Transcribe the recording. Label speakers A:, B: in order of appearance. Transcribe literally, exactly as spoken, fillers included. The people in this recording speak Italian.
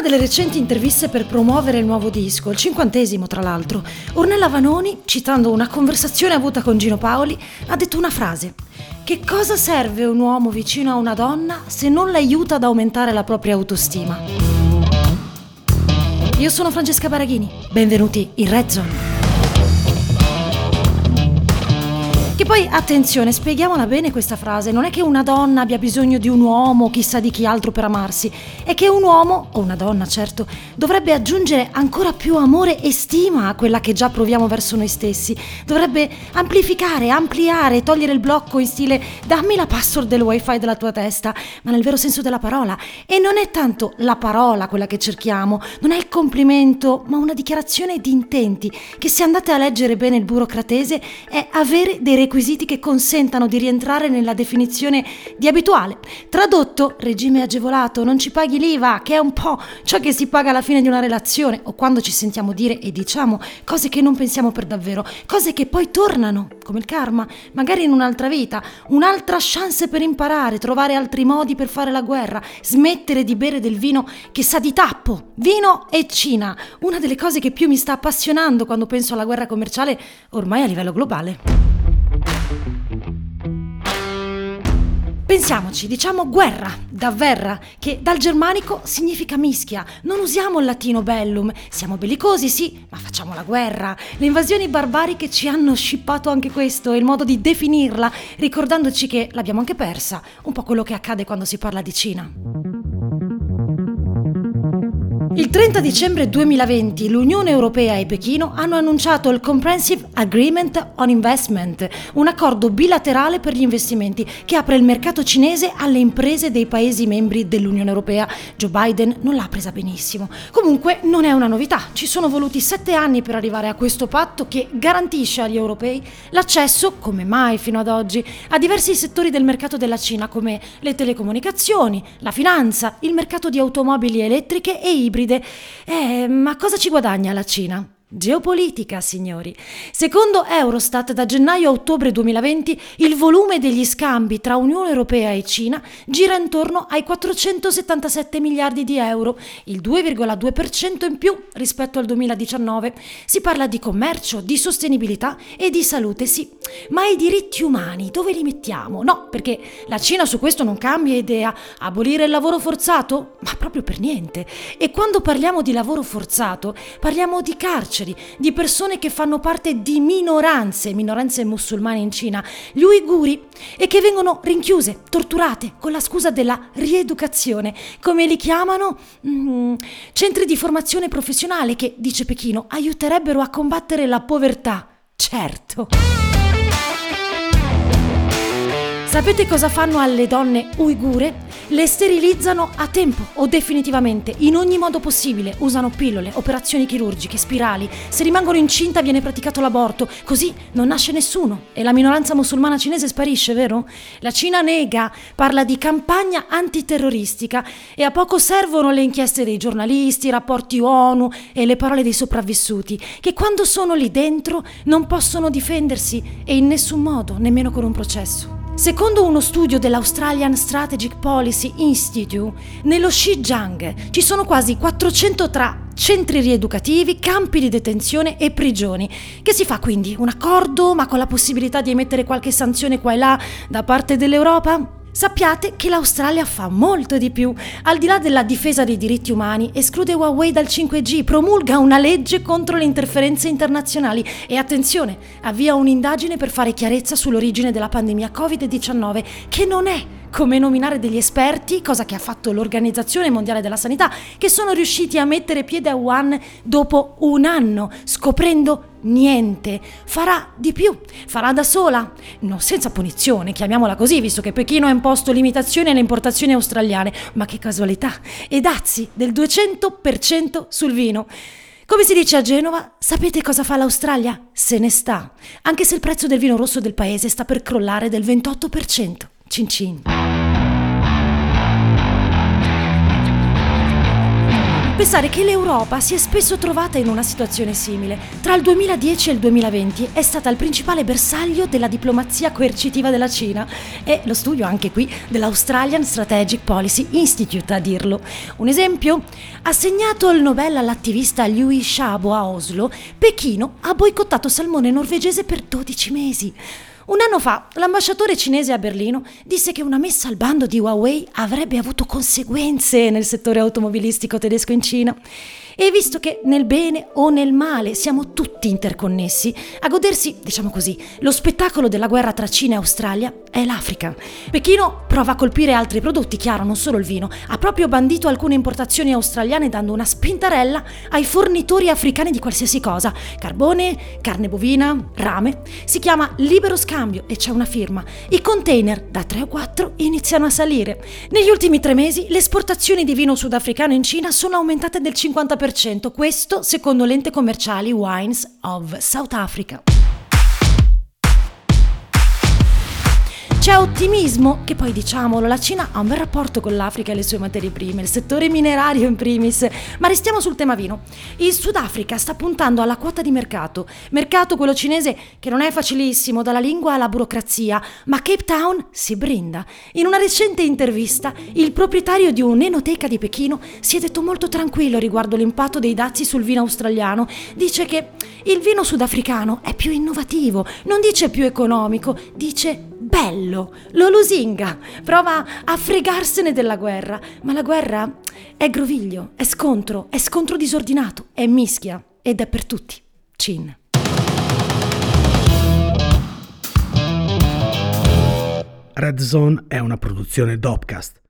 A: una delle recenti interviste per promuovere il nuovo disco, il cinquantesimo tra l'altro, Ornella Vanoni, citando una conversazione avuta con Gino Paoli, ha detto una frase: che cosa serve un uomo vicino a una donna se non l'aiuta ad aumentare la propria autostima? Io sono Francesca Baraghini, benvenuti in Red Zone. Che poi, attenzione, spieghiamola bene questa frase, non è che una donna abbia bisogno di un uomo o chissà di chi altro per amarsi, è che un uomo, o una donna certo, dovrebbe aggiungere ancora più amore e stima a quella che già proviamo verso noi stessi, dovrebbe amplificare, ampliare, togliere il blocco in stile dammi la password del wifi della tua testa, ma nel vero senso della parola. E non è tanto la parola quella che cerchiamo, non è il complimento, ma una dichiarazione di intenti, che se andate a leggere bene il burocratese è avere dei requisiti che consentano di rientrare nella definizione di abituale. Tradotto, regime agevolato, non ci paghi l'I V A, che è un po' ciò che si paga alla fine di una relazione, o quando ci sentiamo dire e diciamo cose che non pensiamo per davvero, cose che poi tornano, come il karma, magari in un'altra vita, un'altra chance per imparare, trovare altri modi per fare la guerra, smettere di bere del vino che sa di tappo, vino e Cina, una delle cose che più mi sta appassionando quando penso alla guerra commerciale ormai a livello globale. Pensiamoci, diciamo guerra, davverra, che dal germanico significa mischia. Non usiamo il latino bellum, siamo bellicosi sì, ma facciamo la guerra. Le invasioni barbariche ci hanno scippato anche questo, è il modo di definirla, ricordandoci che l'abbiamo anche persa, un po' quello che accade quando si parla di Cina. Il trenta dicembre duemilaventi l'Unione Europea e Pechino hanno annunciato il Comprehensive Agreement on Investment, un accordo bilaterale per gli investimenti che apre il mercato cinese alle imprese dei paesi membri dell'Unione Europea. Joe Biden non l'ha presa benissimo. Comunque non è una novità, ci sono voluti sette anni per arrivare a questo patto che garantisce agli europei l'accesso, come mai fino ad oggi, a diversi settori del mercato della Cina come le telecomunicazioni, la finanza, il mercato di automobili elettriche e ibride. Eh, ma cosa ci guadagna la Cina? Geopolitica, signori. Secondo Eurostat, da gennaio a ottobre duemilaventi il volume degli scambi tra Unione Europea e Cina gira intorno ai quattrocentosettantasette miliardi di euro, il due virgola due per cento in più rispetto al duemiladiciannove. Si parla di commercio, di sostenibilità e di salute, sì. Ma i diritti umani dove li mettiamo? No, perché la Cina su questo non cambia idea. Abolire il lavoro forzato? Ma proprio per niente. E quando parliamo di lavoro forzato, parliamo di carceri, di persone che fanno parte di minoranze, minoranze musulmane in Cina, gli uiguri, e che vengono rinchiuse, torturate, con la scusa della rieducazione. Come li chiamano? Mm, centri di formazione professionale che, dice Pechino, aiuterebbero a combattere la povertà. Certo. Sapete cosa fanno alle donne uigure? Le sterilizzano a tempo o definitivamente, in ogni modo possibile. Usano pillole, operazioni chirurgiche, spirali. Se rimangono incinta viene praticato l'aborto, così non nasce nessuno e la minoranza musulmana cinese sparisce, vero? La Cina nega, parla di campagna antiterroristica e a poco servono le inchieste dei giornalisti, i rapporti ONU e le parole dei sopravvissuti, che quando sono lì dentro non possono difendersi e in nessun modo, nemmeno con un processo. Secondo uno studio dell'Australian Strategic Policy Institute, nello Xinjiang ci sono quasi quattrocento tra centri rieducativi, campi di detenzione e prigioni. Che si fa quindi? Un accordo, ma con la possibilità di emettere qualche sanzione qua e là da parte dell'Europa? Sappiate che l'Australia fa molto di più. Al di là della difesa dei diritti umani, esclude Huawei dal cinque G, promulga una legge contro le interferenze internazionali e, attenzione, avvia un'indagine per fare chiarezza sull'origine della pandemia covid diciannove, che non è come nominare degli esperti, cosa che ha fatto l'Organizzazione Mondiale della Sanità, che sono riusciti a mettere piede a Wuhan dopo un anno, scoprendo niente. Farà di più, farà da sola, non senza punizione, chiamiamola così, visto che Pechino ha imposto limitazioni alle importazioni australiane, ma che casualità, e dazi del duecento per cento sul vino. Come si dice a Genova, sapete cosa fa l'Australia? Se ne sta, anche se il prezzo del vino rosso del paese sta per crollare del ventotto per cento. Cin cin. pensare che l'Europa si è spesso trovata in una situazione simile. Tra il duemiladieci e il duemilaventi è stata il principale bersaglio della diplomazia coercitiva della Cina e lo studio anche qui dell'Australian Strategic Policy Institute a dirlo. Un esempio? Assegnato il Nobel all'attivista Liu Xiaobo a Oslo, Pechino ha boicottato salmone norvegese per dodici mesi. Un anno fa l'ambasciatore cinese a Berlino disse che una messa al bando di Huawei avrebbe avuto conseguenze nel settore automobilistico tedesco in Cina. E visto che nel bene o nel male siamo tutti interconnessi, a godersi, diciamo così, lo spettacolo della guerra tra Cina e Australia è l'Africa. Pechino prova a colpire altri prodotti, chiaro, non solo il vino. Ha proprio bandito alcune importazioni australiane dando una spintarella ai fornitori africani di qualsiasi cosa. Carbone, carne bovina, rame. Si chiama libero scambio e c'è una firma. I container da tre o quattro iniziano a salire. Negli ultimi tre mesi le esportazioni di vino sudafricano in Cina sono aumentate del cinquanta per cento, questo secondo l'ente commerciale Wines of South Africa. C'è ottimismo, che poi diciamolo, la Cina ha un bel rapporto con l'Africa e le sue materie prime, il settore minerario in primis, ma restiamo sul tema vino. Il Sudafrica sta puntando alla quota di mercato, mercato quello cinese che non è facilissimo, dalla lingua alla burocrazia, ma Cape Town si brinda. In una recente intervista, il proprietario di un'enoteca di Pechino si è detto molto tranquillo riguardo l'impatto dei dazi sul vino australiano, dice che il vino sudafricano è più innovativo, non dice più economico, dice bello, lo lusinga, prova a fregarsene della guerra, ma la guerra è groviglio, è scontro, è scontro disordinato, è mischia ed è per tutti. Cin.
B: Red Zone è una produzione Dopcast.